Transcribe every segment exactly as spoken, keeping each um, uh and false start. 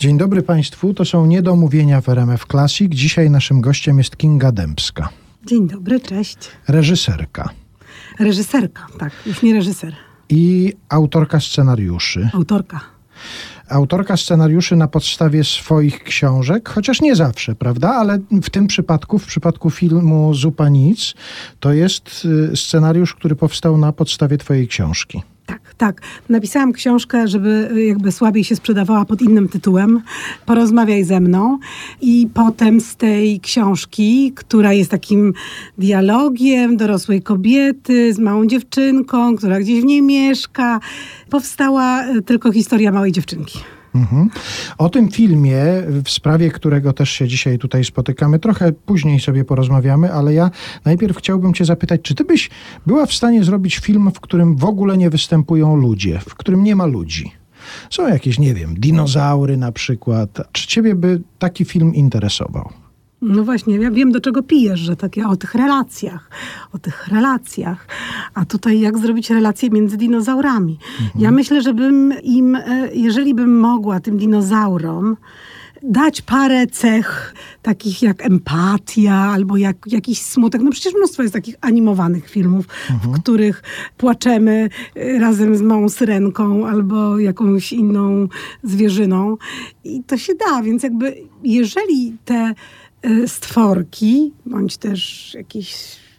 Dzień dobry Państwu, to są Niedomówienia w R M F Classic. Dzisiaj naszym gościem jest Kinga Dębska. Dzień dobry, cześć. Reżyserka. Reżyserka, tak, już nie reżyser. I autorka scenariuszy. Autorka. Autorka scenariuszy na podstawie swoich książek, chociaż nie zawsze, prawda? Ale w tym przypadku, w przypadku filmu Zupa Nic, to jest scenariusz, który powstał na podstawie twojej książki. Tak, tak. Napisałam książkę, żeby jakby słabiej się sprzedawała pod innym tytułem. Porozmawiaj ze mną. I potem z tej książki, która jest takim dialogiem dorosłej kobiety z małą dziewczynką, która gdzieś w niej mieszka, powstała tylko historia małej dziewczynki. Mhm. O tym filmie, w sprawie którego też się dzisiaj tutaj spotykamy, trochę później sobie porozmawiamy, ale ja najpierw chciałbym cię zapytać, czy ty byś była w stanie zrobić film, w którym w ogóle nie występują ludzie, w którym nie ma ludzi? Są jakieś, nie wiem, dinozaury na przykład. Czy ciebie by taki film interesował? No właśnie, ja wiem, do czego pijesz, że takie o tych relacjach, o tych relacjach. A tutaj jak zrobić relacje między dinozaurami? Mhm. Ja myślę, że bym im, jeżeli bym mogła tym dinozaurom dać parę cech takich jak empatia albo jak, jakiś smutek. No przecież mnóstwo jest takich animowanych filmów, mhm. w których płaczemy razem z małą syrenką albo jakąś inną zwierzyną. I to się da, więc jakby jeżeli te stworki, bądź też jakieś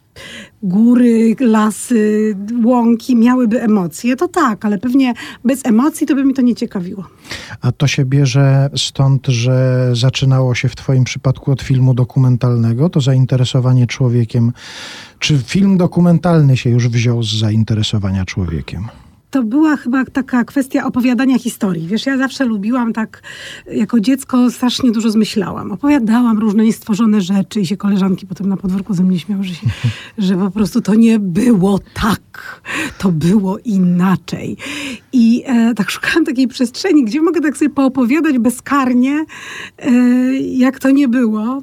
góry, lasy, łąki miałyby emocje, to tak, ale pewnie bez emocji to by mi to nie ciekawiło. A to się bierze stąd, że zaczynało się w twoim przypadku od filmu dokumentalnego, to zainteresowanie człowiekiem. Czy film dokumentalny się już wziął z zainteresowania człowiekiem? To była chyba taka kwestia opowiadania historii. Wiesz, ja zawsze lubiłam tak, jako dziecko strasznie dużo zmyślałam. Opowiadałam różne niestworzone rzeczy i się koleżanki potem na podwórku ze mnie śmiały, że, się, że po prostu to nie było tak. To było inaczej. I e, tak szukałam takiej przestrzeni, gdzie mogę tak sobie poopowiadać bezkarnie, e, jak to nie było.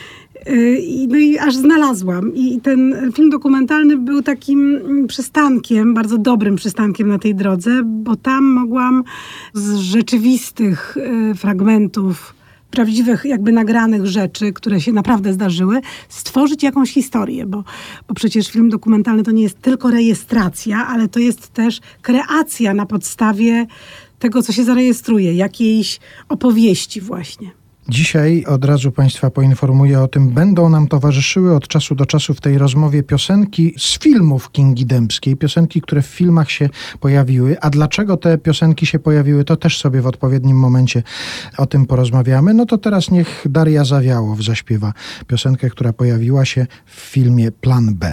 No i aż znalazłam. I ten film dokumentalny był takim przystankiem, bardzo dobrym przystankiem na tej drodze, bo tam mogłam z rzeczywistych fragmentów, prawdziwych jakby nagranych rzeczy, które się naprawdę zdarzyły, stworzyć jakąś historię, bo, bo przecież film dokumentalny to nie jest tylko rejestracja, ale to jest też kreacja na podstawie tego, co się zarejestruje, jakiejś opowieści właśnie. Dzisiaj od razu Państwa poinformuję o tym, będą nam towarzyszyły od czasu do czasu w tej rozmowie piosenki z filmów Kingi Dębskiej, piosenki, które w filmach się pojawiły. A dlaczego te piosenki się pojawiły, to też sobie w odpowiednim momencie o tym porozmawiamy. No to teraz niech Daria Zawiałow zaśpiewa piosenkę, która pojawiła się w filmie Plan B.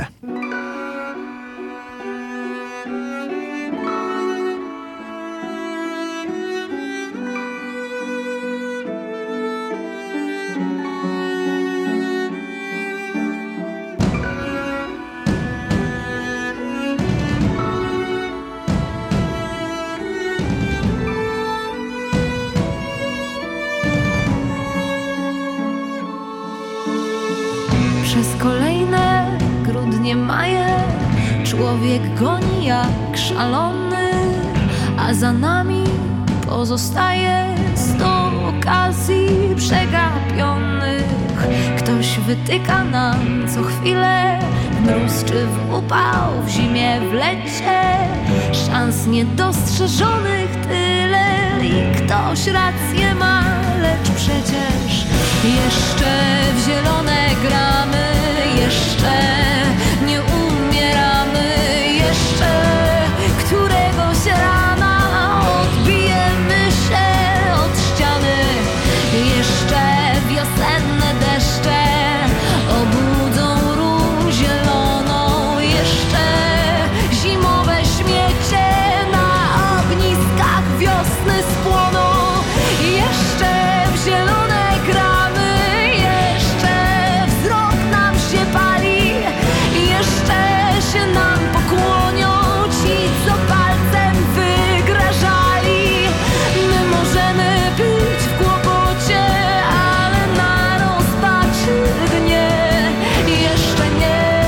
Przez kolejne grudnie, maje człowiek goni jak szalony, a za nami pozostaje sto okazji przegapionych. Ktoś wytyka nam co chwilę, w mróz czy w upał, w zimie, w lecie, szans niedostrzeżonych tyle i ktoś rację ma, lecz przecież jeszcze w zielone gramy, jeszcze nie umieramy, jeszcze któregoś rana odbijemy się od ściany, jeszcze wiosenne deszcze obudzą róż zieloną, jeszcze zimowe śmiecie na ogniskach wiosny spłoną, jeszcze w zielone gramy, jeszcze wzrok nam się pali, jeszcze się nam pokłonią ci, co palcem wygrażali. My możemy być w kłopocie, ale na rozpaczy dnie jeszcze nie,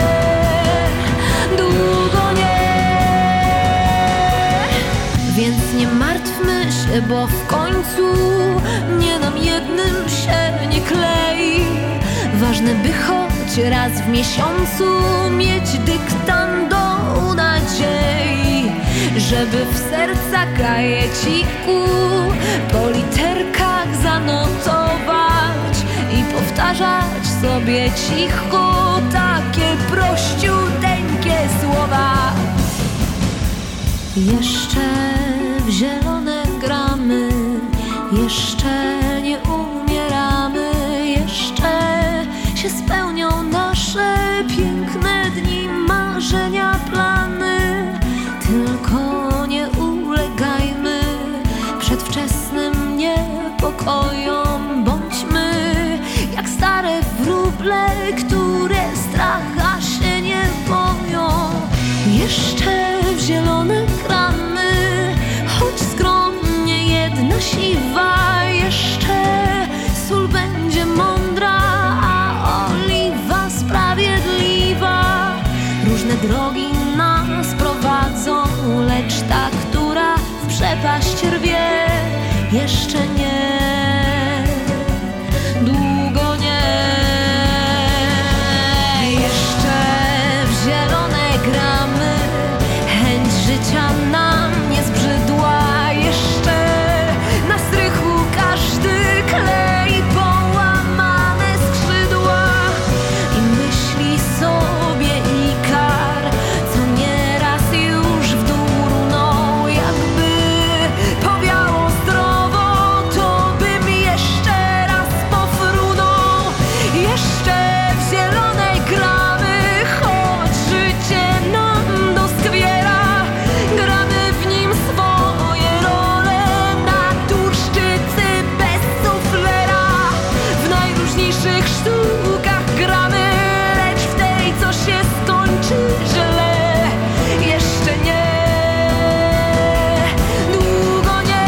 długo nie. Więc nie martwmy się, bo w końcu by choć raz w miesiącu mieć dyktand do nadziei, żeby w serca kajeciku po literkach zanotować i powtarzać sobie cicho takie prościuteńkie słowa. Jeszcze w zielone gramy, jeszcze nie umieramy, jeszcze się spełnią nasze piękne dni, marzenia, plany. Tylko nie ulegajmy przedwczesnym niepokojom, bądźmy jak stare wróble, które stracha się nie boją. Jeszcze w zielone gramy, choć skromnie jedna siwa, jeszcze sól będzie mądra, a oliwa sprawiedliwa. Różne drogi nas prowadzą, lecz ta, która w przepaść rwie, jeszcze nie, długo nie. Jeszcze w zielone gramy, chęć życia nam nie zbrzydła, jeszcze na strychu każdy klei połamane skrzydła i myśli sobie Ikar, co nieraz już w dół runął. Jakby powiało zdrowo, to bym jeszcze raz pofrunął. Jeszcze w zielonej gramy, choć życie nam doskwiera, gramy w nim swoje role na tuszczycy bez suflera. W najróżniejszych sztukach gramy, lecz w tej, co się skończy źle, jeszcze nie, długo nie.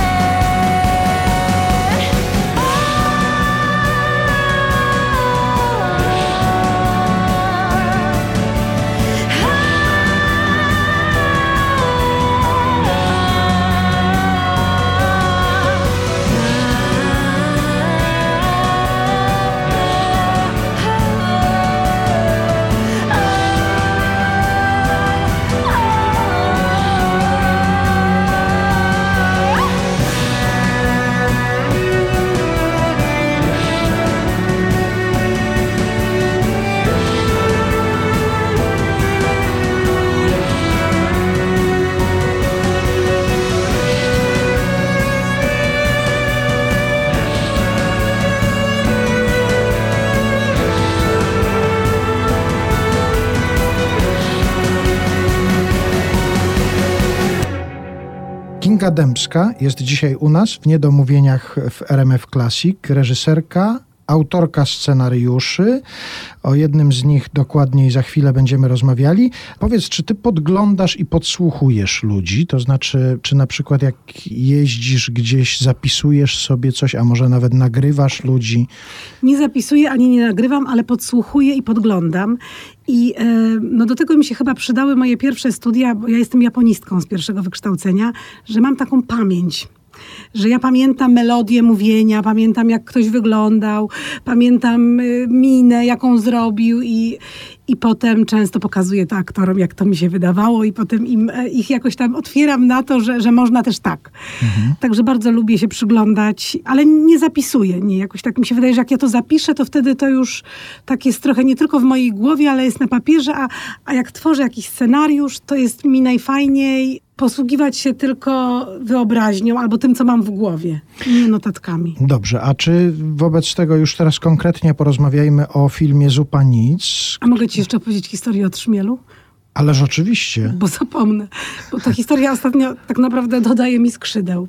Kinga Dębska jest dzisiaj u nas w Niedomówieniach w R M F Classic. Reżyserka, autorka scenariuszy. O jednym z nich dokładniej za chwilę będziemy rozmawiali. Powiedz, czy ty podglądasz i podsłuchujesz ludzi? To znaczy, czy na przykład jak jeździsz gdzieś, zapisujesz sobie coś, a może nawet nagrywasz ludzi? Nie zapisuję ani nie nagrywam, ale podsłuchuję i podglądam. I e, no do tego mi się chyba przydały moje pierwsze studia, bo ja jestem japonistką z pierwszego wykształcenia, że mam taką pamięć. Że ja pamiętam melodię mówienia, pamiętam jak ktoś wyglądał, pamiętam y, minę, jaką zrobił i, i potem często pokazuję to aktorom, jak to mi się wydawało i potem im, e, ich jakoś tam otwieram na to, że, że można też tak. Mhm. Także bardzo lubię się przyglądać, ale nie zapisuję. Nie, jakoś tak mi się wydaje, że jak ja to zapiszę, to wtedy to już tak jest trochę nie tylko w mojej głowie, ale jest na papierze, a, a jak tworzę jakiś scenariusz, to jest mi najfajniej posługiwać się tylko wyobraźnią albo tym, co mam w głowie, nie notatkami. Dobrze, a czy wobec tego już teraz konkretnie porozmawiajmy o filmie Zupa Nic? A mogę ci jeszcze opowiedzieć historię o trzmielu? Ależ oczywiście. Bo zapomnę. Bo ta historia ostatnio tak naprawdę dodaje mi skrzydeł.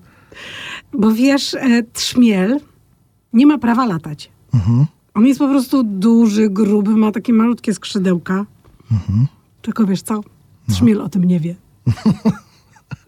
Bo wiesz, e, trzmiel nie ma prawa latać. Mhm. On jest po prostu duży, gruby, ma takie malutkie skrzydełka. Mhm. Tylko wiesz co? Trzmiel no. o tym nie wie.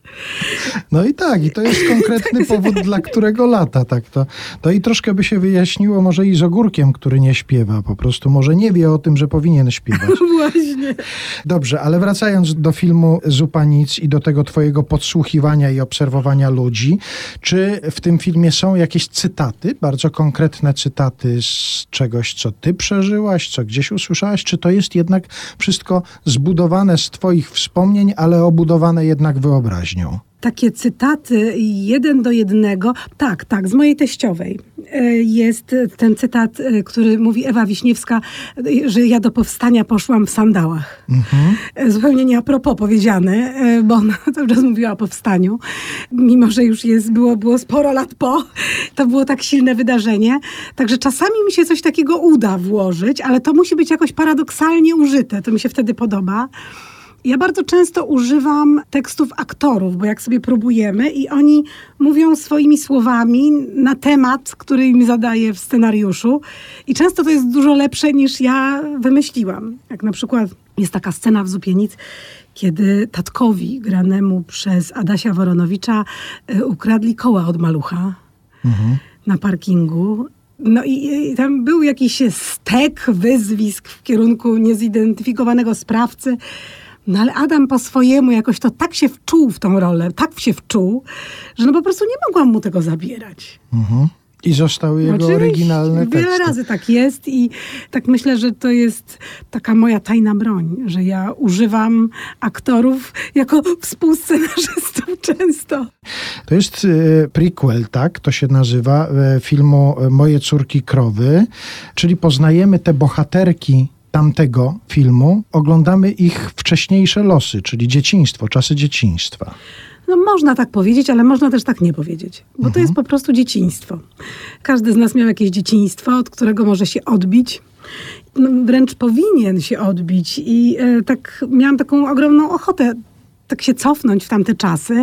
No i tak, i to jest konkretny powód, dla którego lata. Tak to, to i troszkę by się wyjaśniło może i z Ogórkiem, który nie śpiewa. Po prostu może nie wie o tym, że powinien śpiewać. Właśnie. Dobrze, ale wracając do filmu Zupa nic i do tego twojego podsłuchiwania i obserwowania ludzi, czy w tym filmie są jakieś cytaty, bardzo konkretne cytaty z czegoś, co ty przeżyłaś, co gdzieś usłyszałaś, czy to jest jednak wszystko zbudowane z twoich wspomnień, ale obudowane jednak wyobraźnią? Takie cytaty jeden do jednego. Tak, tak, z mojej teściowej. Jest ten cytat, który mówi Ewa Wiśniewska, że ja do powstania poszłam w sandałach. Mhm. Zupełnie nie a propos powiedziane, bo ona cały czas mówiła o powstaniu. Mimo, że już jest, było, było sporo lat po, to było tak silne wydarzenie. Także czasami mi się coś takiego uda włożyć, ale to musi być jakoś paradoksalnie użyte. To mi się wtedy podoba. Ja bardzo często używam tekstów aktorów, bo jak sobie próbujemy i oni mówią swoimi słowami na temat, który im zadaję w scenariuszu i często to jest dużo lepsze niż ja wymyśliłam. Jak na przykład jest taka scena w Zupie nic, kiedy tatkowi granemu przez Adasia Woronowicza y, ukradli koła od malucha mhm. na parkingu. No i, i tam był jakiś stek wyzwisk w kierunku niezidentyfikowanego sprawcy. No ale Adam po swojemu jakoś to tak się wczuł w tą rolę, tak się wczuł, że no po prostu nie mogłam mu tego zabierać. Mhm. I zostały jego Oczywiście, oryginalne teksty. Wiele razy tak jest i tak myślę, że to jest taka moja tajna broń, że ja używam aktorów jako współscenarzystów często. To jest e, prequel, tak? To się nazywa, e, filmu Moje córki krowy, czyli poznajemy te bohaterki tamtego filmu, oglądamy ich wcześniejsze losy, czyli dzieciństwo, czasy dzieciństwa. No można tak powiedzieć, ale można też tak nie powiedzieć, bo mhm. to jest po prostu dzieciństwo. Każdy z nas miał jakieś dzieciństwo, od którego może się odbić. No, wręcz powinien się odbić i e, tak miałam taką ogromną ochotę tak się cofnąć w tamte czasy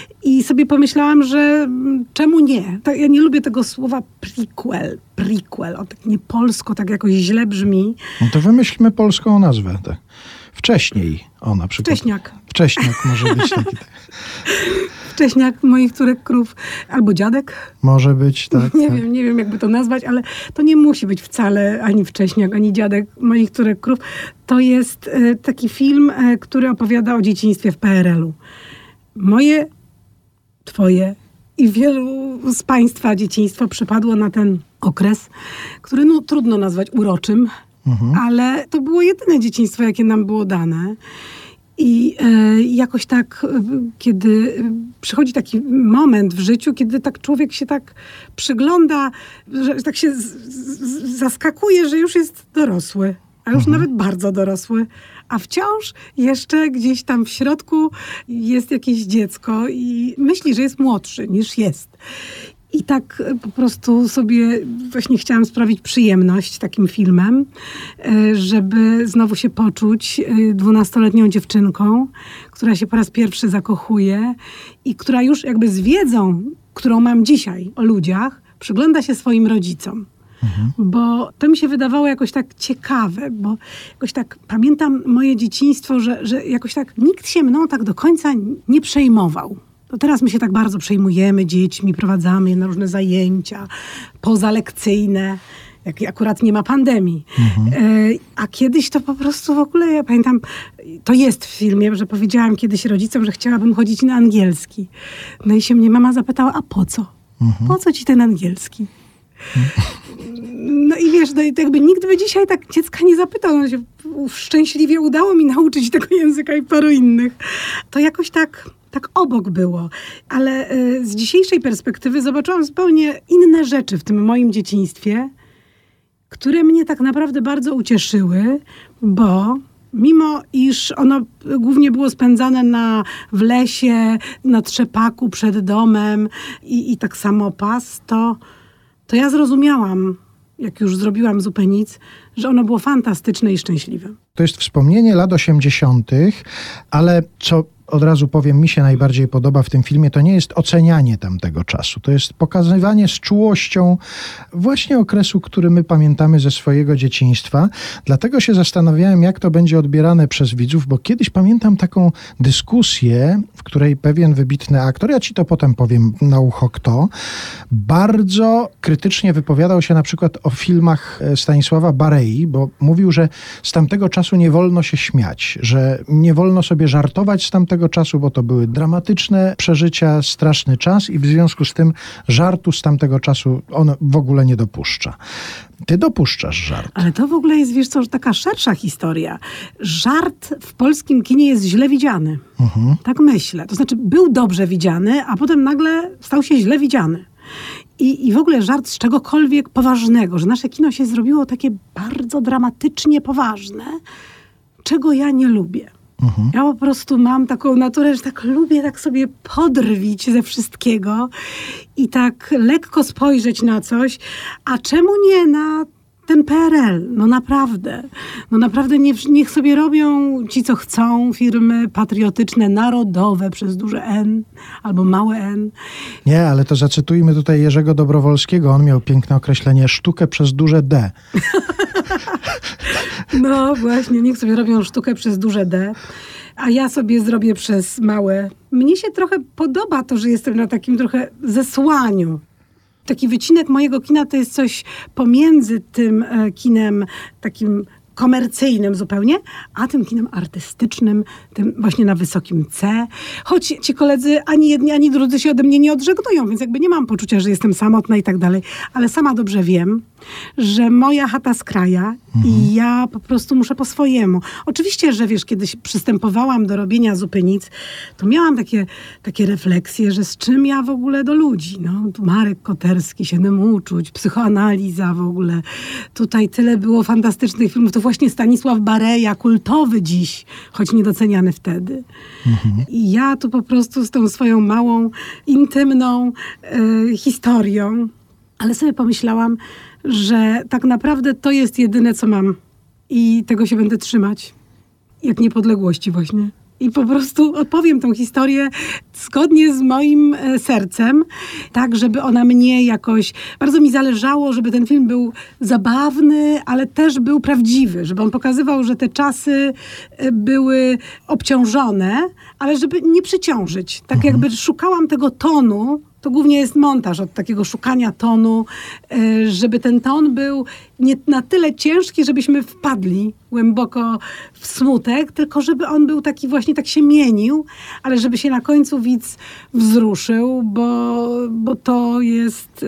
i sobie pomyślałam, że czemu nie? To, ja nie lubię tego słowa prequel, prequel, on tak nie polsko, tak jakoś źle brzmi. No to wymyślmy polską nazwę. Tak. Wcześniej o na przykład. Wcześniak. Wcześniak może być taki. Wcześniak moich córek krów, albo dziadek. Może być, tak. Nie tak. wiem, nie wiem jakby to nazwać, ale to nie musi być wcale ani wcześniak, ani dziadek moich córek krów. To jest e, taki film, e, który opowiada o dzieciństwie w P R L u. Moje, twoje i wielu z państwa dzieciństwo przypadło na ten okres, który no, trudno nazwać uroczym, mhm. ale to było jedyne dzieciństwo, jakie nam było dane. I e, jakoś tak, e, kiedy przychodzi taki moment w życiu, kiedy tak człowiek się tak przygląda, że tak się z, z, zaskakuje, że już jest dorosły, a już mhm. nawet bardzo dorosły, a wciąż jeszcze gdzieś tam w środku jest jakieś dziecko i myśli, że jest młodszy niż jest. I tak po prostu sobie właśnie chciałam sprawić przyjemność takim filmem, żeby znowu się poczuć dwunastoletnią dziewczynką, która się po raz pierwszy zakochuje i która już jakby z wiedzą, którą mam dzisiaj o ludziach, przygląda się swoim rodzicom. Mhm. Bo to mi się wydawało jakoś tak ciekawe, bo jakoś tak pamiętam moje dzieciństwo, że, że jakoś tak nikt się mną tak do końca nie przejmował. To teraz my się tak bardzo przejmujemy dziećmi, prowadzamy je na różne zajęcia pozalekcyjne, jak akurat nie ma pandemii. Mhm. E, a kiedyś to po prostu w ogóle, ja pamiętam, to jest w filmie, że powiedziałam kiedyś rodzicom, że chciałabym chodzić na angielski. No i się mnie mama zapytała, a po co? Mhm. Po co ci ten angielski? No i wiesz, no i jakby nikt by dzisiaj tak dziecka nie zapytał. No się szczęśliwie udało mi nauczyć tego języka i paru innych. To jakoś tak... Tak obok było, ale y, z dzisiejszej perspektywy zobaczyłam zupełnie inne rzeczy w tym moim dzieciństwie, które mnie tak naprawdę bardzo ucieszyły, bo mimo iż ono głównie było spędzane na, w lesie, na trzepaku przed domem i, i tak samopas, to, to ja zrozumiałam, jak już zrobiłam Zupę nic, że ono było fantastyczne i szczęśliwe. To jest wspomnienie lat osiemdziesiątych, ale co od razu powiem, mi się najbardziej podoba w tym filmie, to nie jest ocenianie tamtego czasu. To jest pokazywanie z czułością właśnie okresu, który my pamiętamy ze swojego dzieciństwa. Dlatego się zastanawiałem, jak to będzie odbierane przez widzów, bo kiedyś pamiętam taką dyskusję, w której pewien wybitny aktor, ja ci to potem powiem na ucho kto, bardzo krytycznie wypowiadał się na przykład o filmach Stanisława Barei, bo mówił, że z tamtego czasu nie wolno się śmiać, że nie wolno sobie żartować z tamtego czasu, bo to były dramatyczne przeżycia, straszny czas i w związku z tym żartu z tamtego czasu on w ogóle nie dopuszcza. Ty dopuszczasz żart. Ale to w ogóle jest, wiesz co, taka szersza historia. Żart w polskim kinie jest źle widziany. Mhm. Tak myślę. To znaczy był dobrze widziany, a potem nagle stał się źle widziany. I, I w ogóle żart z czegokolwiek poważnego, że nasze kino się zrobiło takie bardzo dramatycznie poważne, czego ja nie lubię. Mhm. Ja po prostu mam taką naturę, że tak lubię tak sobie podrwić ze wszystkiego i tak lekko spojrzeć na coś, a czemu nie na ten P R L? No naprawdę. No naprawdę nie, niech sobie robią ci, co chcą, firmy patriotyczne, narodowe przez duże N albo małe N. Nie, ale to zacytujmy tutaj Jerzego Dobrowolskiego. On miał piękne określenie sztukę przez duże D. No właśnie, niech sobie robią sztukę przez duże D, a ja sobie zrobię przez małe. Mnie się trochę podoba to, że jestem na takim trochę zesłaniu. Taki wycinek mojego kina to jest coś pomiędzy tym e, kinem takim komercyjnym zupełnie, a tym kinem artystycznym, tym właśnie na wysokim C. Choć ci koledzy ani jedni, ani drudzy się ode mnie nie odżegnują, więc jakby nie mam poczucia, że jestem samotna i tak dalej. Ale sama dobrze wiem, że moja chata z kraja mhm. i ja po prostu muszę po swojemu. Oczywiście, że wiesz, kiedy przystępowałam do robienia zupy nic, to miałam takie, takie refleksje, że z czym ja w ogóle do ludzi. No, tu Marek Koterski, Siedem uczuć, psychoanaliza w ogóle. Tutaj tyle było fantastycznych filmów. To właśnie Stanisław Bareja, kultowy dziś, choć niedoceniany wtedy. Mhm. I ja tu po prostu z tą swoją małą, intymną y, historią, ale sobie pomyślałam, że tak naprawdę to jest jedyne, co mam. I tego się będę trzymać. Jak niepodległości właśnie. I po prostu opowiem tą historię zgodnie z moim sercem, tak, żeby ona mnie jakoś... Bardzo mi zależało, żeby ten film był zabawny, ale też był prawdziwy. Żeby on pokazywał, że te czasy były obciążone, ale żeby nie przyciążyć. Tak mhm. jakby szukałam tego tonu. To głównie jest montaż od takiego szukania tonu, żeby ten ton był nie na tyle ciężki, żebyśmy wpadli głęboko w smutek, tylko żeby on był taki właśnie, tak się mienił, ale żeby się na końcu widz wzruszył, bo, bo, to, jest,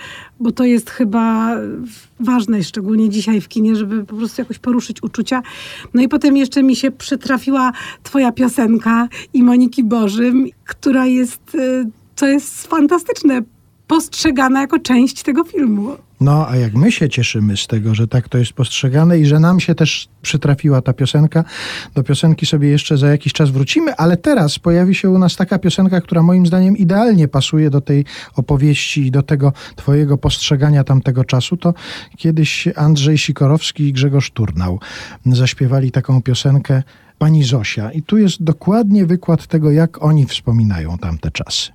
bo to jest chyba ważne, szczególnie dzisiaj w kinie, żeby po prostu jakoś poruszyć uczucia. No i potem jeszcze mi się przytrafiła twoja piosenka i Moniki Bożym, która jest... co jest fantastyczne, postrzegana jako część tego filmu. No, a jak my się cieszymy z tego, że tak to jest postrzegane i że nam się też przytrafiła ta piosenka, do piosenki sobie jeszcze za jakiś czas wrócimy, ale teraz pojawi się u nas taka piosenka, która moim zdaniem idealnie pasuje do tej opowieści i do tego twojego postrzegania tamtego czasu. To kiedyś Andrzej Sikorowski i Grzegorz Turnał zaśpiewali taką piosenkę Pani Zosia. I tu jest dokładnie wykład tego, jak oni wspominają tamte czasy.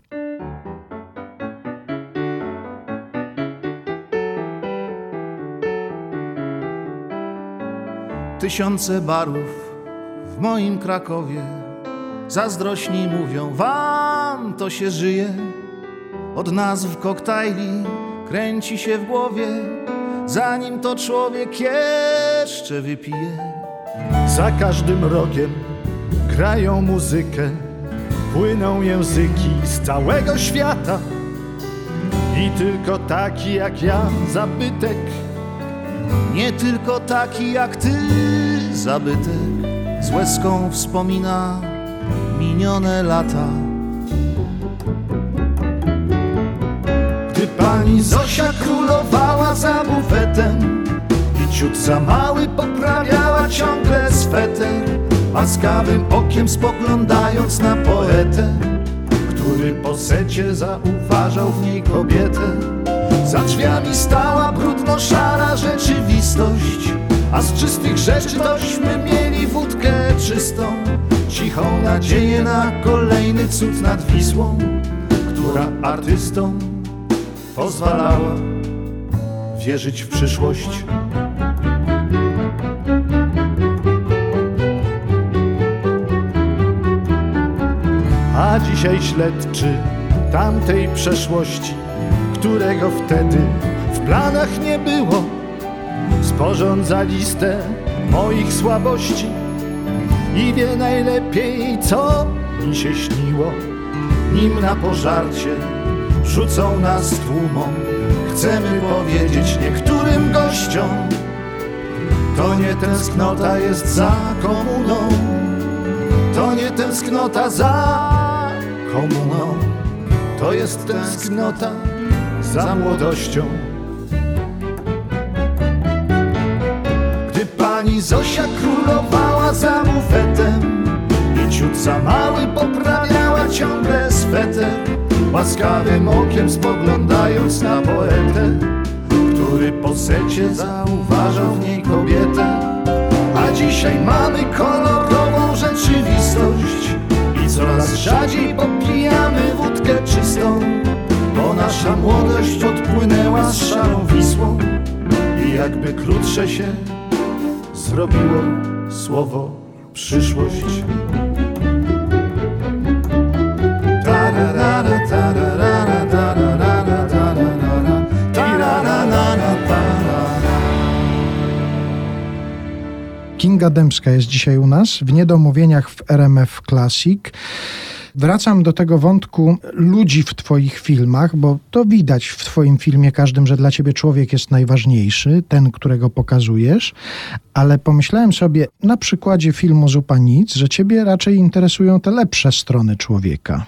Tysiące barów w moim Krakowie, zazdrośni mówią, wam to się żyje. Od nazw koktajli kręci się w głowie, zanim to człowiek jeszcze wypije. Za każdym rogiem grają muzykę, płyną języki z całego świata. I tylko taki jak ja, zabytek, nie tylko taki jak ty, zabytek, z łezką wspomina minione lata. Gdy pani Zosia królowała za bufetem i ciut za mały poprawiała ciągle sweter, łaskawym okiem spoglądając na poetę, który po secie zauważał w niej kobietę. Za drzwiami stała brudno-szara rzeczywistość, a z czystych rzeczy tośmy mieli wódkę czystą. Cicho cichą nadzieję na kolejny cud nad Wisłą, która artystom pozwalała wierzyć w przyszłość. A dzisiaj śledczy tamtej przeszłości, którego wtedy w planach nie było, sporządza listę moich słabości i wie najlepiej, co mi się śniło. Nim na pożarcie rzucą nas tłumom, chcemy powiedzieć niektórym gościom: to nie tęsknota jest za komuną, to nie tęsknota za komuną, to jest tęsknota za młodością. Gdy pani Zosia królowała za bufetem i ciut za mały poprawiała ciągle sweter, łaskawym okiem spoglądając na poetę, który po secie zauważał w niej kobietę. A dzisiaj mamy kolorową rzeczywistość i coraz rzadziej popijamy wódkę czystą, bo nasza młodość odpłynęła z szarą Wisłą i jakby krótsze się zrobiło słowo przyszłość. Tararara, tararara, tararara, tararara, tararara, tararara. Kinga Dębska jest dzisiaj u nas w Niedomówieniach w R M F Classic. Wracam do tego wątku ludzi w twoich filmach, bo to widać w twoim filmie każdym, że dla ciebie człowiek jest najważniejszy, ten, którego pokazujesz, ale pomyślałem sobie na przykładzie filmu Zupa Nic, że ciebie raczej interesują te lepsze strony człowieka.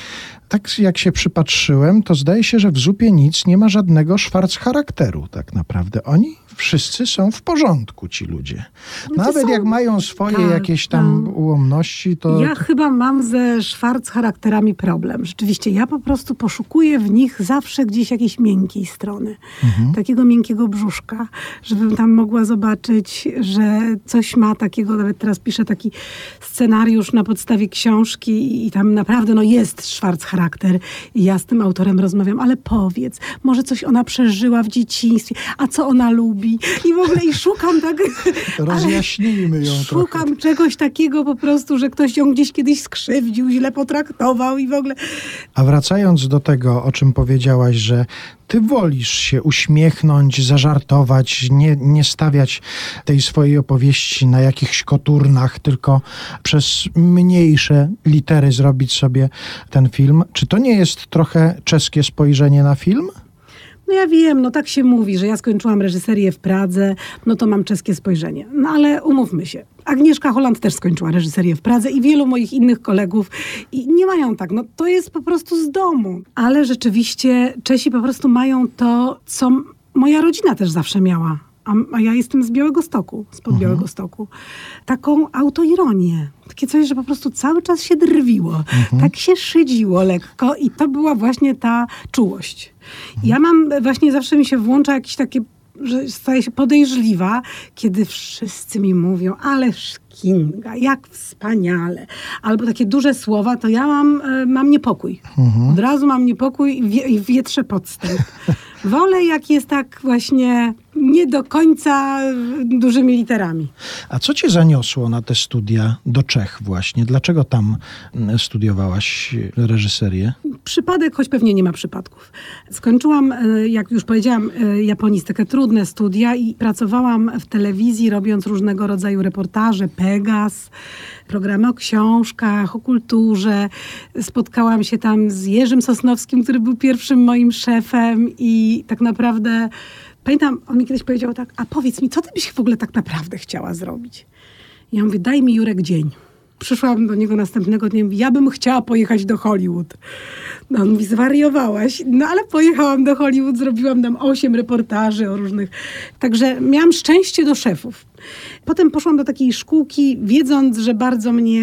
Tak jak się przypatrzyłem, to zdaje się, że w Zupie Nic nie ma żadnego szwarc charakteru tak naprawdę. Oni wszyscy są w porządku, ci ludzie. No Nawet są... jak mają swoje tak, jakieś tam tak. ułomności, to... Ja chyba mam ze szwarc charakterami problem. Rzeczywiście, ja po prostu poszukuję w nich zawsze gdzieś jakiejś miękkiej strony. Mhm. Takiego miękkiego brzuszka, żebym tam mogła zobaczyć, że coś ma takiego, nawet teraz piszę taki scenariusz na podstawie książki i tam naprawdę no, jest szwarc charakter i ja z tym autorem rozmawiam, ale powiedz, może coś ona przeżyła w dzieciństwie, a co ona lubi? I w ogóle i szukam tak... Rozjaśnijmy ją Szukam trochę. czegoś takiego po prostu, że ktoś ją gdzieś kiedyś skrzywdził, źle potraktował i w ogóle... A wracając do tego, o czym powiedziałaś, że ty wolisz się uśmiechnąć, zażartować, nie, nie stawiać tej swojej opowieści na jakichś koturnach, tylko przez mniejsze litery zrobić sobie ten film. Czy to nie jest trochę czeskie spojrzenie na film? No ja wiem, no tak się mówi, że ja skończyłam reżyserię w Pradze, no to mam czeskie spojrzenie. No ale umówmy się. Agnieszka Holland też skończyła reżyserię w Pradze i wielu moich innych kolegów i nie mają tak. No to jest po prostu z domu. Ale rzeczywiście Czesi po prostu mają to, co moja rodzina też zawsze miała. A, a ja jestem z Białegostoku, spod mhm. Białegostoku. Taką autoironię. Takie coś, że po prostu cały czas się drwiło. Mhm. Tak się szydziło lekko i to była właśnie ta czułość. Mhm. Ja mam, właśnie zawsze mi się włącza jakieś takie, że staję się podejrzliwa, kiedy wszyscy mi mówią, ależ Kinga, jak wspaniale. Albo takie duże słowa, to ja mam, mam niepokój. Mhm. Od razu mam niepokój i, wie, i wietrzę podstęp. Wolę, jak jest tak właśnie nie do końca dużymi literami. A co cię zaniosło na te studia do Czech właśnie? Dlaczego tam studiowałaś reżyserię? Przypadek, choć pewnie nie ma przypadków. Skończyłam, jak już powiedziałam, japonistykę, trudne studia i pracowałam w telewizji, robiąc różnego rodzaju reportaże, Pegas, programy o książkach, o kulturze. Spotkałam się tam z Jerzym Sosnowskim, który był pierwszym moim szefem i tak naprawdę pamiętam, on mi kiedyś powiedział tak, a powiedz mi, co ty byś w ogóle tak naprawdę chciała zrobić? I ja mówię, daj mi Jurek dzień. Przyszłam do niego następnego dnia i mówię, ja bym chciała pojechać do Hollywood. No on mówi, zwariowałaś. No ale pojechałam do Hollywood, zrobiłam tam osiem reportaży o różnych. Także miałam szczęście do szefów. Potem poszłam do takiej szkółki, wiedząc, że bardzo mnie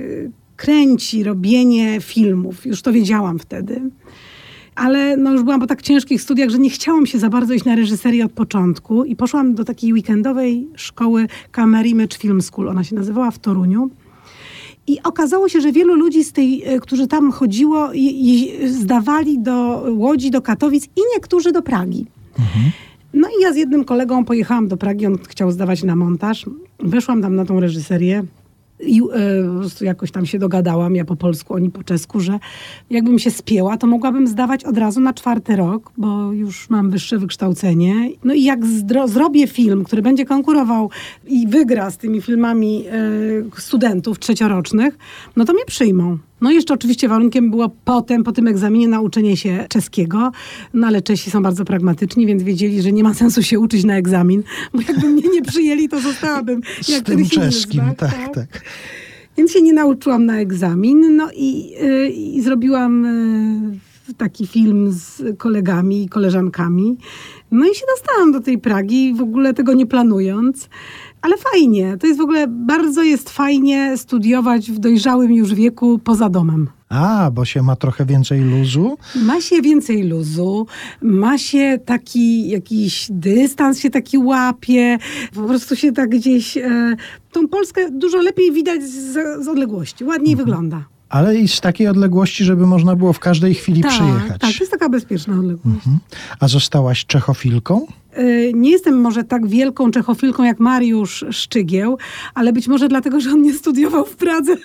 kręci robienie filmów. Już to wiedziałam wtedy. Ale no już byłam po tak ciężkich studiach, że nie chciałam się za bardzo iść na reżyserię od początku i poszłam do takiej weekendowej szkoły Camera Image Film School. Ona się nazywała w Toruniu. I okazało się, że wielu ludzi, z tej, którzy tam chodziło, je, je, zdawali do Łodzi, do Katowic i niektórzy do Pragi. Mhm. No i ja z jednym kolegą pojechałam do Pragi, on chciał zdawać na montaż. Weszłam tam na tą reżyserię i e, po prostu jakoś tam się dogadałam, ja po polsku, oni po czesku, że jakbym się spięła, to mogłabym zdawać od razu na czwarty rok, bo już mam wyższe wykształcenie. No i jak zdro- zrobię film, który będzie konkurował i wygra z tymi filmami e, studentów trzeciorocznych, no to mnie przyjmą. No i jeszcze oczywiście warunkiem było potem, po tym egzaminie nauczenie się czeskiego, no ale Czesi są bardzo pragmatyczni, więc wiedzieli, że nie ma sensu się uczyć na egzamin, bo jakby mnie nie przyjęli, to zostałabym z jak tym czeskim, tak, tak, tak. Więc się nie nauczyłam na egzamin, no i, yy, i zrobiłam yy, taki film z kolegami i koleżankami. No i się dostałam do tej Pragi, w ogóle tego nie planując. Ale fajnie, to jest w ogóle, bardzo jest fajnie studiować w dojrzałym już wieku poza domem. A, bo się ma trochę więcej luzu? Ma się więcej luzu, ma się taki jakiś dystans się taki łapie, po prostu się tak gdzieś, e, tą Polskę dużo lepiej widać z, z odległości, ładniej mhm. wygląda. Ale i z takiej odległości, żeby można było w każdej chwili tak, przyjechać. Tak, to jest taka bezpieczna odległość. Mhm. A zostałaś czechofilką? Nie jestem może tak wielką czechofilką jak Mariusz Szczygieł, ale być może dlatego, że on nie studiował w Pradze.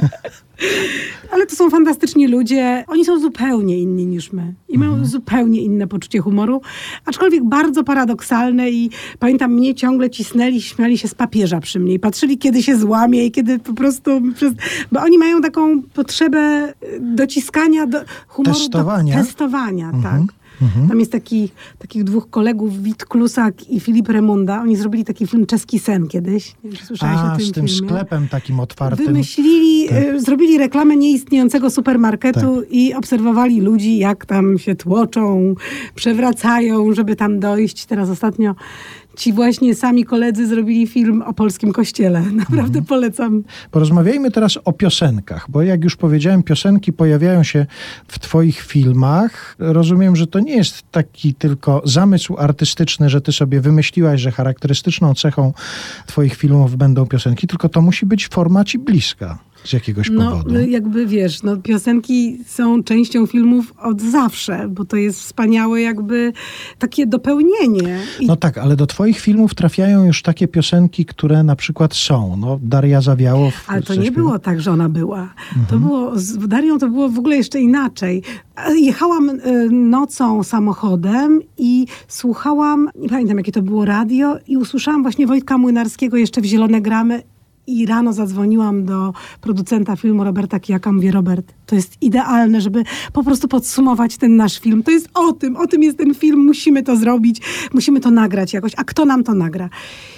Ale to są fantastyczni ludzie. Oni są zupełnie inni niż my. I mają mhm. zupełnie inne poczucie humoru. Aczkolwiek bardzo paradoksalne i pamiętam, mnie ciągle cisnęli, śmiali się z papieża przy mnie. I patrzyli, kiedy się złamie i kiedy po prostu... Przez... Bo oni mają taką potrzebę dociskania do humoru. Testowania. Do testowania, mhm. tak. Mhm. Tam jest taki, takich dwóch kolegów, Wit Klusak i Filip Remunda. Oni zrobili taki film Czeski sen kiedyś. Nie wiem, czy słyszałeś A, o tym z tym filmie. sklepem takim otwartym. Wymyślili, tak. y, zrobili reklamę nieistniejącego supermarketu tak. i obserwowali ludzi, jak tam się tłoczą, przewracają, żeby tam dojść. Teraz ostatnio ci właśnie sami koledzy zrobili film o polskim kościele. Naprawdę mhm. polecam. Porozmawiajmy teraz o piosenkach, bo jak już powiedziałem, piosenki pojawiają się w twoich filmach. Rozumiem, że to nie jest taki tylko zamysł artystyczny, że ty sobie wymyśliłaś, że charakterystyczną cechą twoich filmów będą piosenki, tylko to musi być forma ci bliska. Z jakiegoś no, powodu. No jakby wiesz, no piosenki są częścią filmów od zawsze, bo to jest wspaniałe jakby takie dopełnienie. I... No tak, ale do twoich filmów trafiają już takie piosenki, które na przykład są. No Daria Zawiałow. Ale to nie było tak, że ona była. Mhm. To było, z Darią to było w ogóle jeszcze inaczej. Jechałam y, nocą samochodem i słuchałam, nie pamiętam jakie to było radio, i usłyszałam właśnie Wojtka Młynarskiego jeszcze w Zielone gramy. I rano zadzwoniłam do producenta filmu Roberta Kijaka. Mówię, Robert, to jest idealne, żeby po prostu podsumować ten nasz film. To jest o tym, o tym jest ten film, musimy to zrobić, musimy to nagrać jakoś. A kto nam to nagra?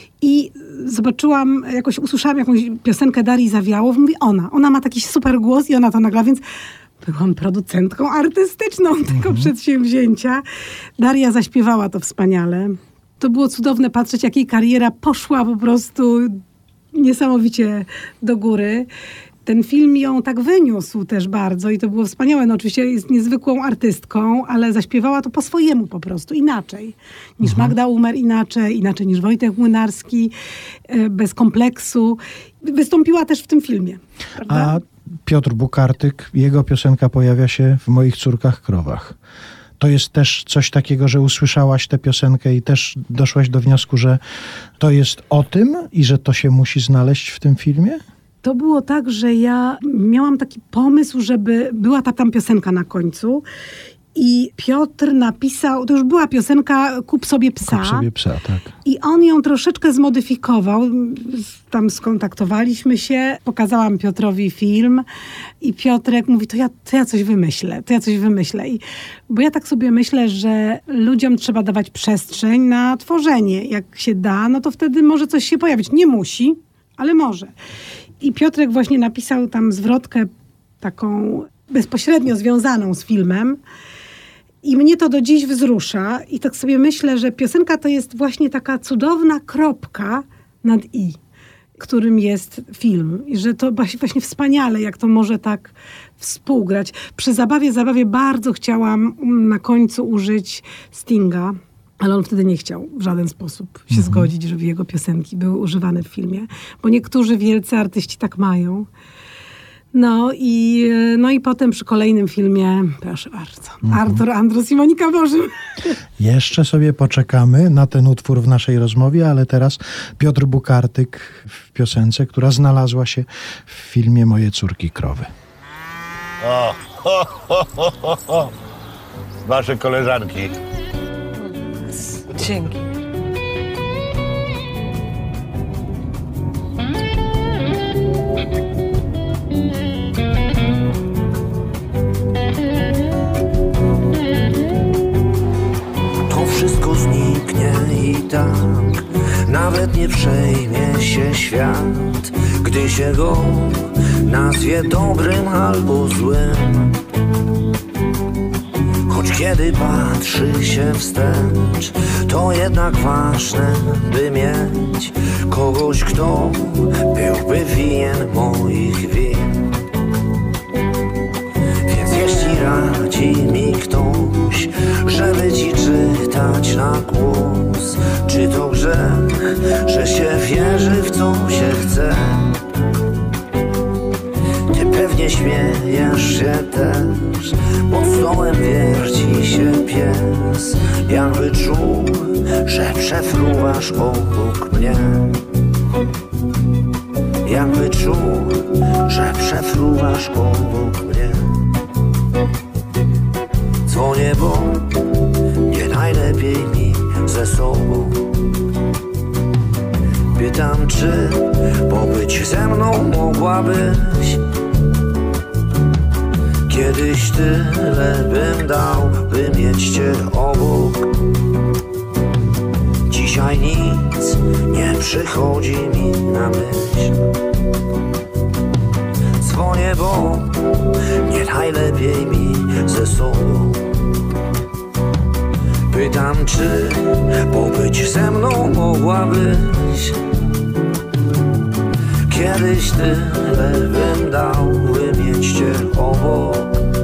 I zobaczyłam, jakoś usłyszałam jakąś piosenkę Darii Zawiałow. Mówi, ona, ona ma taki super głos i ona to nagra, więc byłam producentką artystyczną tego mhm. przedsięwzięcia. Daria zaśpiewała to wspaniale. To było cudowne patrzeć, jak jej kariera poszła po prostu niesamowicie do góry. Ten film ją tak wyniósł też bardzo i to było wspaniałe. No oczywiście jest niezwykłą artystką, ale zaśpiewała to po swojemu po prostu, inaczej niż mhm. Magda Umer, inaczej, inaczej niż Wojtek Młynarski, bez kompleksu. Wystąpiła też w tym filmie. Prawda? A Piotr Bukartyk, jego piosenka pojawia się w Moich córkach krowach. To jest też coś takiego, że usłyszałaś tę piosenkę i też doszłaś do wniosku, że to jest o tym i że to się musi znaleźć w tym filmie? To było tak, że ja miałam taki pomysł, żeby była ta tam piosenka na końcu i Piotr napisał, to już była piosenka Kup sobie psa. Kup sobie psa, tak. I on ją troszeczkę zmodyfikował. Tam skontaktowaliśmy się, pokazałam Piotrowi film i Piotrek mówi, to ja, to ja coś wymyślę, to ja coś wymyślę. I, bo ja tak sobie myślę, że ludziom trzeba dawać przestrzeń na tworzenie. Jak się da, no to wtedy może coś się pojawić. Nie musi, ale może. I Piotrek właśnie napisał tam zwrotkę taką bezpośrednio związaną z filmem. I mnie to do dziś wzrusza. I tak sobie myślę, że piosenka to jest właśnie taka cudowna kropka nad i, którym jest film. I że to właśnie wspaniale, jak to może tak współgrać. Przy zabawie, zabawie bardzo chciałam na końcu użyć Stinga, ale on wtedy nie chciał w żaden sposób się mhm. zgodzić, żeby jego piosenki były używane w filmie. Bo niektórzy wielcy artyści tak mają. No i, no i potem przy kolejnym filmie, proszę bardzo, mhm. Artur Andrus i Monika Bożym. Jeszcze sobie poczekamy na ten utwór w naszej rozmowie, ale teraz Piotr Bukartyk w piosence, która znalazła się w filmie Moje córki krowy. O, ho, ho, ho, ho, ho. Wasze koleżanki. Dzięki. To wszystko zniknie i tak nawet nie przejmie się świat, gdy się go nazwie dobrym albo złym. Choć kiedy patrzy się wstecz, to jednak ważne, by mieć kogoś, kto byłby winien moich win. Więc jeśli radzi mi ktoś, żeby ci czytać na głos, czy to grzech, że się wierzy w co się chce? Ty pewnie śmiejesz się też, pod stołem wierci się pies, jakby czuł, że przefruwasz obok mnie. Jakby czuł, że przefruwasz obok mnie. Dzwonię, bo nie najlepiej mi ze sobą. Pytam, czy pobyć ze mną mogłabyś. Kiedyś tyle bym dał, by mieć cię obok. Dzisiaj nic nie przychodzi mi na myśl. Dzwonię, bo nie najlepiej mi ze sobą. Pytam, czy pobyć ze mną mogłabyś. Kiedyś tyle bym dał, by mieć cię obok.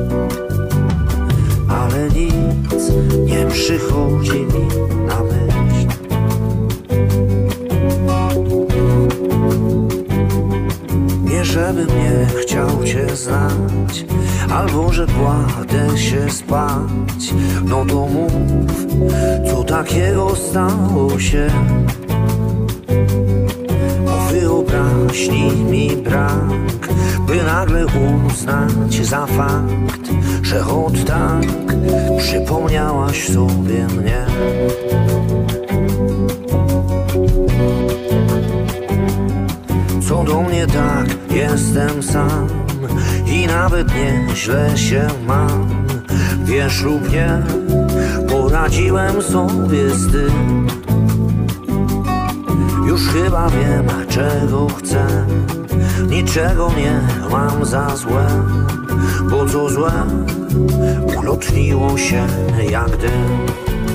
Ale nic nie przychodzi mi na myśl. Nie żebym nie chciał cię znać, albo że kładę się spać. No to mów, co takiego stało się. Wyobraźni mi brak, by nagle uznać za fakt, że od tak przypomniałaś sobie mnie. Co do mnie tak, jestem sam i nawet nieźle się mam. Wiesz lub nie, poradziłem sobie z tym. Już chyba wiem, czego chcę. Niczego nie mam za złe, bo co złe ulotniło się jak dym.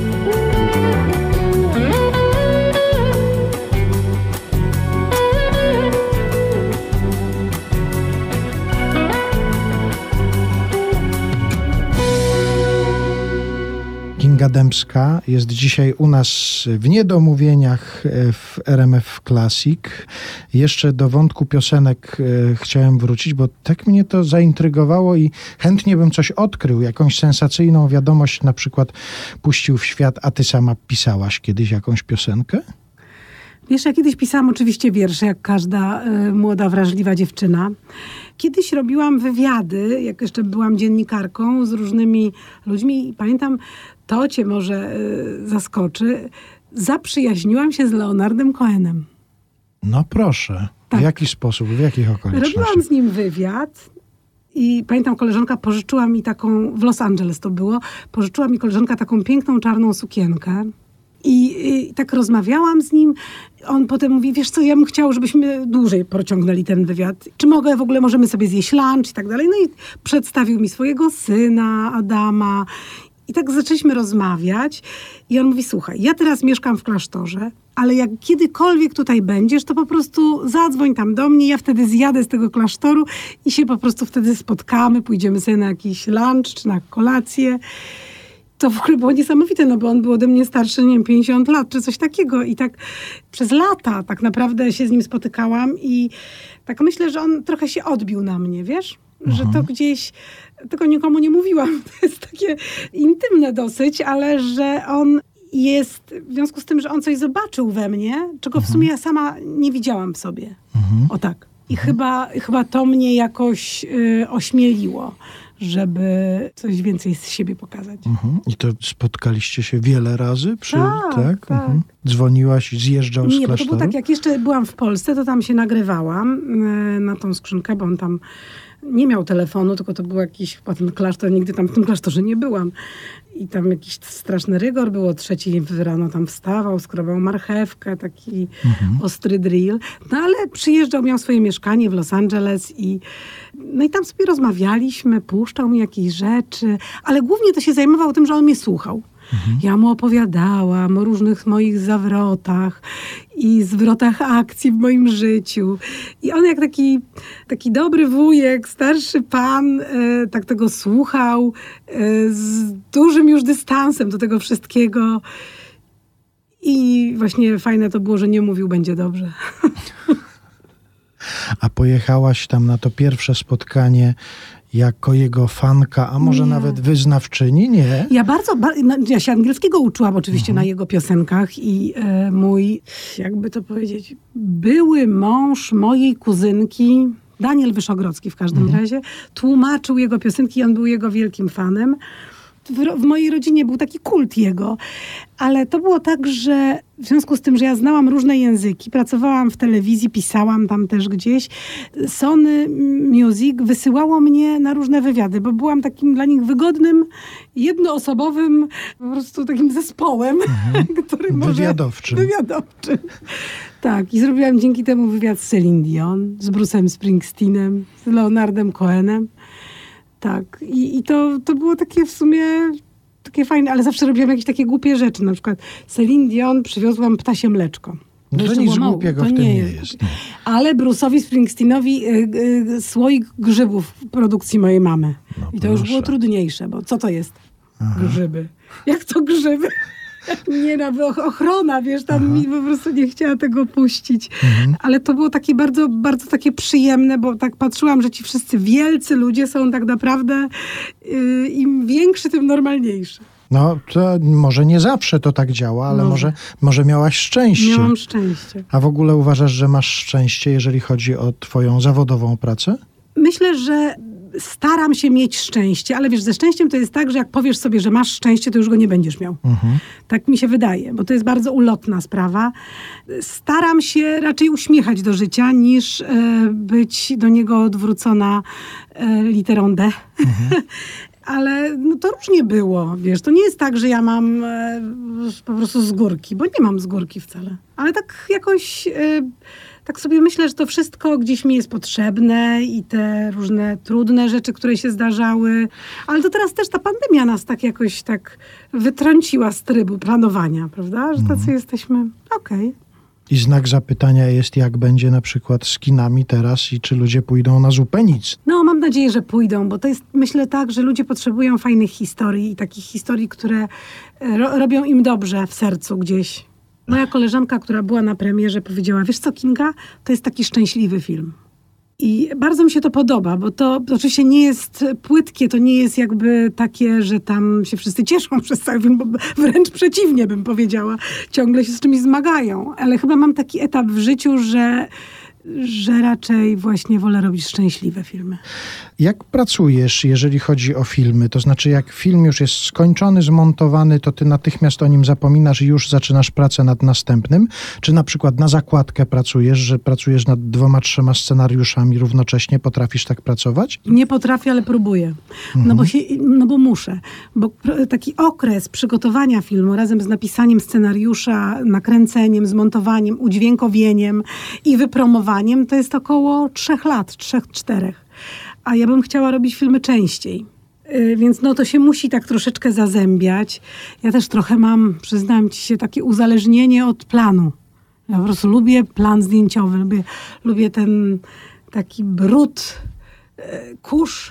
Kinga Dębska jest dzisiaj u nas w Niedomówieniach w R M F Classic. Jeszcze do wątku piosenek chciałem wrócić, bo tak mnie to zaintrygowało i chętnie bym coś odkrył, jakąś sensacyjną wiadomość na przykład puścił w świat, a ty sama pisałaś kiedyś jakąś piosenkę? Wiesz, ja kiedyś pisałam oczywiście wiersze, jak każda y, młoda, wrażliwa dziewczyna. Kiedyś robiłam wywiady, jak jeszcze byłam dziennikarką, z różnymi ludźmi i pamiętam, to cię może y, zaskoczy, zaprzyjaźniłam się z Leonardem Cohenem. No proszę. Tak. W jaki sposób, w jakich okolicznościach? Robiłam z nim wywiad i pamiętam, koleżanka pożyczyła mi taką, w Los Angeles to było, pożyczyła mi koleżanka taką piękną czarną sukienkę. I, I tak rozmawiałam z nim. On potem mówi, wiesz co, ja bym chciał, żebyśmy dłużej pociągnęli ten wywiad. Czy mogę, w ogóle możemy sobie zjeść lunch i tak dalej. No i przedstawił mi swojego syna, Adama. I tak zaczęliśmy rozmawiać. I on mówi, słuchaj, ja teraz mieszkam w klasztorze, ale jak kiedykolwiek tutaj będziesz, to po prostu zadzwoń tam do mnie, ja wtedy zjadę z tego klasztoru i się po prostu wtedy spotkamy, pójdziemy sobie na jakiś lunch czy na kolację. to w ogóle było niesamowite, no bo on był ode mnie starszy, nie wiem, pięćdziesiąt lat, czy coś takiego. I tak przez lata tak naprawdę się z nim spotykałam i tak myślę, że on trochę się odbił na mnie, wiesz? Mhm. Że to gdzieś, tego nikomu nie mówiłam, to jest takie intymne dosyć, ale że on jest, w związku z tym, że on coś zobaczył we mnie, czego w sumie ja sama nie widziałam w sobie. Mhm. O tak. I mhm. chyba, chyba to mnie jakoś y, ośmieliło, żeby coś więcej z siebie pokazać. Mhm. I to spotkaliście się wiele razy? Przy, tak, tak. tak. Mhm. Dzwoniłaś, zjeżdżał z Nie, klasztoru? Nie, bo to było tak, jak jeszcze byłam w Polsce, to tam się nagrywałam y, na tą skrzynkę, bo on tam nie miał telefonu, tylko to był jakiś, chyba ten klasztor, nigdy tam w tym klasztorze nie byłam. I tam jakiś straszny rygor było, trzeci rano tam wstawał, skrobał marchewkę, taki mhm. ostry drill. No ale przyjeżdżał, miał swoje mieszkanie w Los Angeles i no i tam sobie rozmawialiśmy, puszczał mi jakieś rzeczy, ale głównie to się zajmował tym, że on mnie słuchał. Mhm. Ja mu opowiadałam o różnych moich zawrotach i zwrotach akcji w moim życiu. I on jak taki, taki dobry wujek, starszy pan, e, tak tego słuchał e, z dużym już dystansem do tego wszystkiego. I właśnie fajne to było, że nie mówił będzie dobrze. A pojechałaś tam na to pierwsze spotkanie jako jego fanka, a może nie. nawet wyznawczyni? Nie. Ja bardzo, no, ja się angielskiego uczyłam oczywiście mhm. na jego piosenkach i e, mój, jakby to powiedzieć, były mąż mojej kuzynki, Daniel Wyszogrodzki w każdym mhm. razie, tłumaczył jego piosenki i on był jego wielkim fanem. W, w mojej rodzinie był taki kult jego, ale to było tak, że w związku z tym, że ja znałam różne języki, pracowałam w telewizji, pisałam tam też gdzieś, Sony Music wysyłało mnie na różne wywiady, bo byłam takim dla nich wygodnym, jednoosobowym po prostu takim zespołem, mhm. który może... Wywiadowczym. Wywiadowczym. Tak, i zrobiłam dzięki temu wywiad z Celine Dion, z Bruce'em Springsteenem, z Leonardem Cohenem. Tak. I, i to, to było takie w sumie takie fajne, ale zawsze robiłam jakieś takie głupie rzeczy. Na przykład Celine Dion przywiozłam ptasie mleczko. No to nic głupiego w tym nie jest. jest. Ale Bruce'owi Springsteenowi y, y, słoik grzybów w produkcji mojej mamy. No I to proszę. Już było trudniejsze, bo co to jest? Aha. Grzyby. Jak to grzyby? Nie, no, ochrona, wiesz, tam Aha. mi po prostu nie chciała tego puścić. Mhm. Ale to było takie bardzo, bardzo takie przyjemne, bo tak patrzyłam, że ci wszyscy wielcy ludzie są tak naprawdę yy, im większy, tym normalniejszy. No, to może nie zawsze to tak działa, ale no. może, może miałaś szczęście. Miałam szczęście. A w ogóle uważasz, że masz szczęście, jeżeli chodzi o twoją zawodową pracę? Myślę, że staram się mieć szczęście, ale wiesz, ze szczęściem to jest tak, że jak powiesz sobie, że masz szczęście, to już go nie będziesz miał. Mhm. Tak mi się wydaje, bo to jest bardzo ulotna sprawa. Staram się raczej uśmiechać do życia, niż e, być do niego odwrócona e, literą D. Mhm. Ale no, to różnie było, wiesz. To nie jest tak, że ja mam e, po prostu z górki, bo nie mam z górki wcale. Ale tak jakoś... E, Tak sobie myślę, że to wszystko gdzieś mi jest potrzebne i te różne trudne rzeczy, które się zdarzały. Ale to teraz też ta pandemia nas tak jakoś tak wytrąciła z trybu planowania, prawda? Że tacy mm. jesteśmy okej. Okay. I znak zapytania jest, jak będzie na przykład z kinami teraz i czy ludzie pójdą na zupę nic. No, mam nadzieję, że pójdą, bo to jest, myślę tak, że ludzie potrzebują fajnych historii i takich historii, które ro- robią im dobrze w sercu gdzieś. Moja koleżanka, która była na premierze, powiedziała, wiesz co, Kinga, to jest taki szczęśliwy film. I bardzo mi się to podoba, bo to, to oczywiście nie jest płytkie, to nie jest jakby takie, że tam się wszyscy cieszą przez cały film, bo wręcz przeciwnie bym powiedziała. Ciągle się z czymś zmagają. Ale chyba mam taki etap w życiu, że, że raczej właśnie wolę robić szczęśliwe filmy. Jak pracujesz, jeżeli chodzi o filmy? To znaczy, jak film już jest skończony, zmontowany, to ty natychmiast o nim zapominasz i już zaczynasz pracę nad następnym? Czy na przykład na zakładkę pracujesz, że pracujesz nad dwoma, trzema scenariuszami równocześnie? Potrafisz tak pracować? Nie potrafię, ale próbuję. Mhm. No, bo się, no bo muszę. Bo taki okres przygotowania filmu razem z napisaniem scenariusza, nakręceniem, zmontowaniem, udźwiękowieniem i wypromowaniem to jest około trzech lat, trzech, czterech. A ja bym chciała robić filmy częściej. Yy, więc no to się musi tak troszeczkę zazębiać. Ja też trochę mam, przyznam ci się, takie uzależnienie od planu. Ja po prostu lubię plan zdjęciowy, lubię, lubię ten taki brud, yy, kurz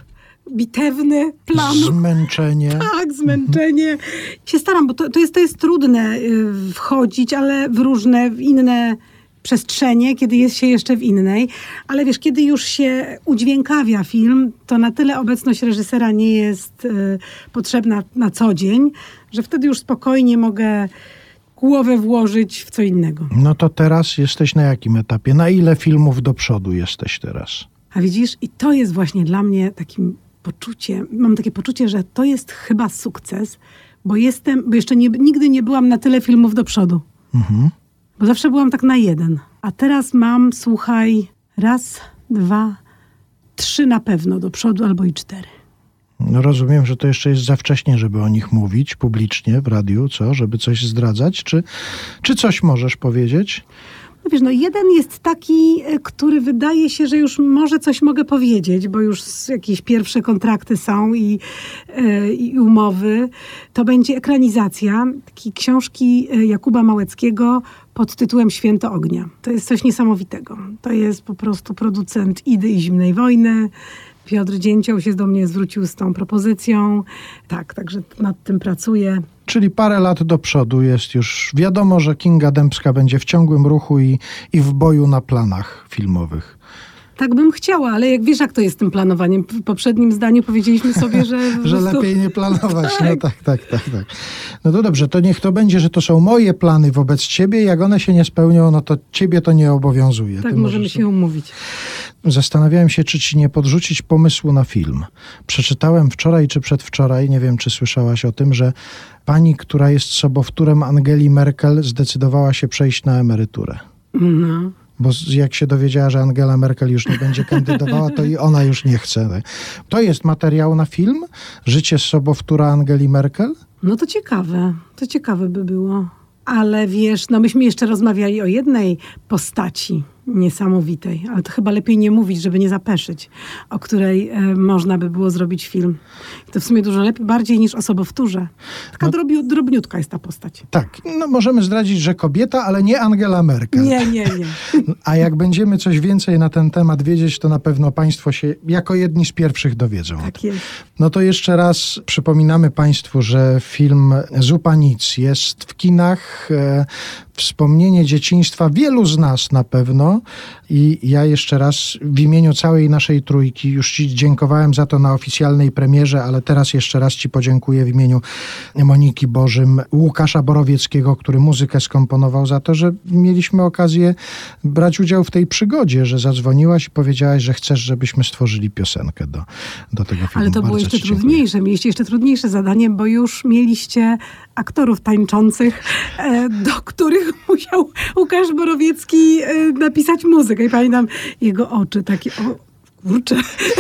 bitewny planu. Zmęczenie. Tak, zmęczenie. Mhm. Się staram, bo to, to, jest, to jest trudne wchodzić, ale w różne, w inne przestrzenie, kiedy jest się jeszcze w innej. Ale wiesz, kiedy już się udźwiękawia film, to na tyle obecność reżysera nie jest y, potrzebna na co dzień, że wtedy już spokojnie mogę głowę włożyć w co innego. No to teraz jesteś na jakim etapie? Na ile filmów do przodu jesteś teraz? A widzisz, i to jest właśnie dla mnie takim poczuciem, mam takie poczucie, że to jest chyba sukces, bo jestem, bo jeszcze nie, nigdy nie byłam na tyle filmów do przodu. Mhm. Bo zawsze byłam tak na jeden. A teraz mam, słuchaj, raz, dwa, trzy na pewno do przodu albo i cztery. No rozumiem, że to jeszcze jest za wcześnie, żeby o nich mówić publicznie w radiu, co? Żeby coś zdradzać? Czy, czy coś możesz powiedzieć? No wiesz, no jeden jest taki, który wydaje się, że już może coś mogę powiedzieć, bo już jakieś pierwsze kontrakty są i, yy, i umowy. To będzie ekranizacja takiej książki Jakuba Małeckiego pod tytułem Święto Ognia. To jest coś niesamowitego. To jest po prostu producent Idy i Zimnej Wojny. Piotr Dzięcioł się do mnie zwrócił z tą propozycją. Tak, także nad tym pracuję. Czyli parę lat do przodu jest już wiadomo, że Kinga Dębska będzie w ciągłym ruchu i, i w boju na planach filmowych. Tak bym chciała, ale jak wiesz, jak to jest z tym planowaniem. W poprzednim zdaniu powiedzieliśmy sobie, że... że prostu... lepiej nie planować. No tak, tak, tak, tak. No to dobrze, to niech to będzie, że to są moje plany wobec ciebie. Jak one się nie spełnią, no to ciebie to nie obowiązuje. Tak, Ty możemy możesz... się umówić. Zastanawiałem się, czy ci nie podrzucić pomysłu na film. Przeczytałem wczoraj czy przedwczoraj, nie wiem, czy słyszałaś o tym, że pani, która jest sobowtórem Angeli Merkel, zdecydowała się przejść na emeryturę. No. Bo jak się dowiedziała, że Angela Merkel już nie będzie kandydowała, to i ona już nie chce. To jest materiał na film? Życie sobowtóra Angeli Merkel? No to ciekawe. To ciekawe by było. Ale wiesz, no myśmy jeszcze rozmawiali o jednej postaci niesamowitej, ale to chyba lepiej nie mówić, żeby nie zapeszyć, o której e, można by było zrobić film. To w sumie dużo lepiej, bardziej niż o sobowtórze. Taka no, drobiu, drobniutka jest ta postać. Tak, no możemy zdradzić, że kobieta, ale nie Angela Merkel. Nie, nie, nie. A jak będziemy coś więcej na ten temat wiedzieć, to na pewno państwo się jako jedni z pierwszych dowiedzą. Tak jest. No to jeszcze raz przypominamy państwu, że film Zupa Nic jest w kinach. E, wspomnienie dzieciństwa wielu z nas na pewno. I ja jeszcze raz w imieniu całej naszej trójki już ci dziękowałem za to na oficjalnej premierze, ale teraz jeszcze raz ci podziękuję w imieniu Moniki Bożym, Łukasza Borowieckiego, który muzykę skomponował, za to, że mieliśmy okazję brać udział w tej przygodzie, że zadzwoniłaś i powiedziałaś, że chcesz, żebyśmy stworzyli piosenkę do, do tego filmu. Ale to Bardzo było jeszcze ci dziękuję. trudniejsze. Mieliście jeszcze trudniejsze zadanie, bo już mieliście aktorów tańczących, do których musiał Łukasz Borowiecki napisać muzykę. I pamiętam jego oczy takie, o kurczę.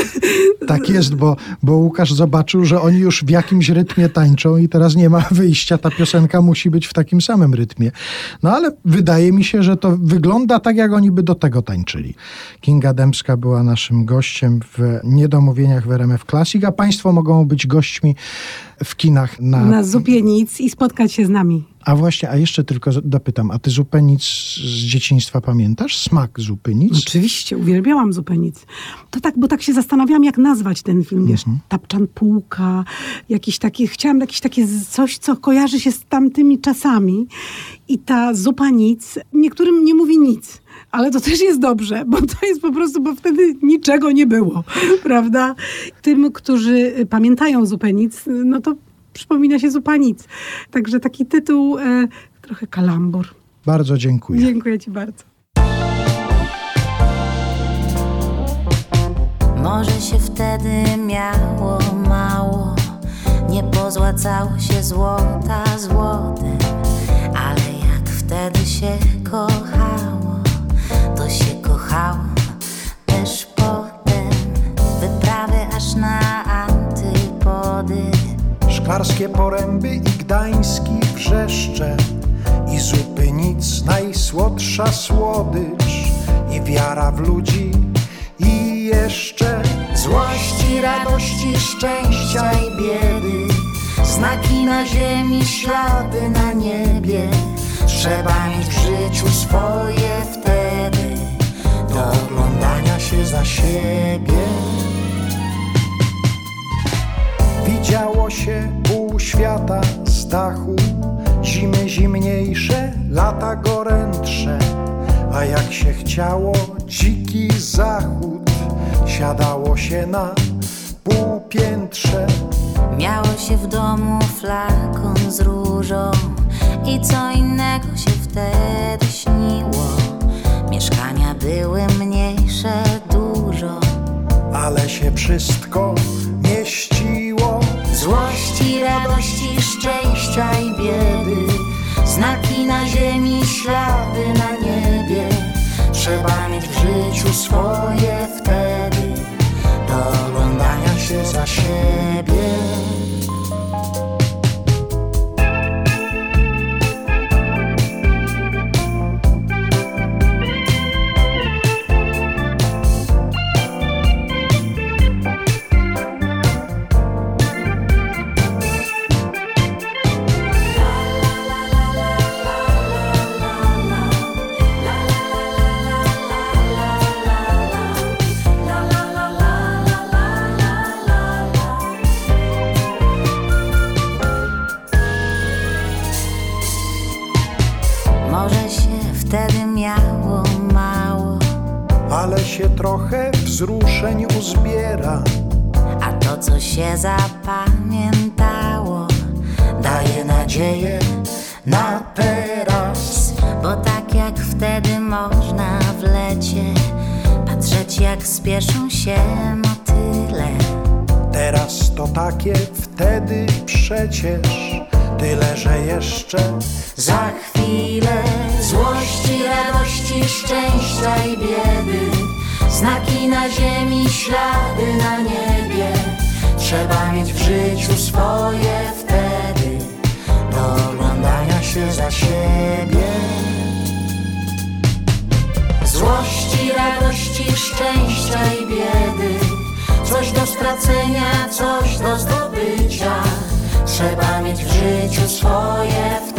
Tak jest, bo, bo Łukasz zobaczył, że oni już w jakimś rytmie tańczą i teraz nie ma wyjścia. Ta piosenka musi być w takim samym rytmie. No ale wydaje mi się, że to wygląda tak, jak oni by do tego tańczyli. Kinga Dębska była naszym gościem w Niedomówieniach w R M F Classic, a państwo mogą być gośćmi w kinach na... Na Zupie Nic i spotkać się z nami. A właśnie, a jeszcze tylko dopytam, a ty zupę nic z dzieciństwa pamiętasz? Smak zupy nic? Oczywiście, uwielbiałam Zupę Nic. To tak, bo tak się zastanawiałam, jak nazwać ten film, wiesz, mhm. Tapczan Półka, jakieś takie, chciałam jakieś takie coś, co kojarzy się z tamtymi czasami. I ta Zupa Nic, niektórym nie mówi nic. Ale to też jest dobrze, bo to jest po prostu, bo wtedy niczego nie było, prawda? Tym, którzy pamiętają Zupę Nic, no to przypomina się Zupa Nic. Także taki tytuł, e, trochę kalambur. Bardzo dziękuję. Dziękuję ci bardzo. Może się wtedy miało mało, nie pozłacało się złota złotem, ale jak wtedy się kochało, to się kochało też potem. Wyprawy aż na antypody, Szklarskie Poręby i Gdański Wrzeszcze, i Zupy Nic najsłodsza słodycz, i wiara w ludzi, i jeszcze złości, radości, szczęścia i biedy, znaki na ziemi, ślady na niebie. Trzeba mieć w życiu swoje wtedy, do oglądania się za siebie. Widziało się pół świata z dachu, zimy zimniejsze, lata gorętsze, a jak się chciało dziki zachód, siadało się na półpiętrze. Miało się w domu flakon z różą i co innego się wtedy śniło. Mieszkania były mniejsze dużo, ale się wszystko mieściło. Złości, radości, szczęścia i biedy, znaki na ziemi, ślady na niebie. Trzeba mieć w życiu swoje wtedy do oglądania się za siebie. Może się wtedy miało mało, ale się trochę wzruszeń uzbiera. a to co się zapamiętało daje nadzieję na teraz. Bo tak jak wtedy można w lecie patrzeć jak spieszą się motyle. Teraz to takie wtedy przecież, tyle że jeszcze Za chwilę złości, radości, szczęścia i biedy, znaki na ziemi, ślady na niebie. Trzeba mieć w życiu swoje wtedy do oglądania się za siebie. Złości, radości, szczęścia i biedy, coś do stracenia, coś do zdobycia. Trzeba mieć w życiu swoje wtedy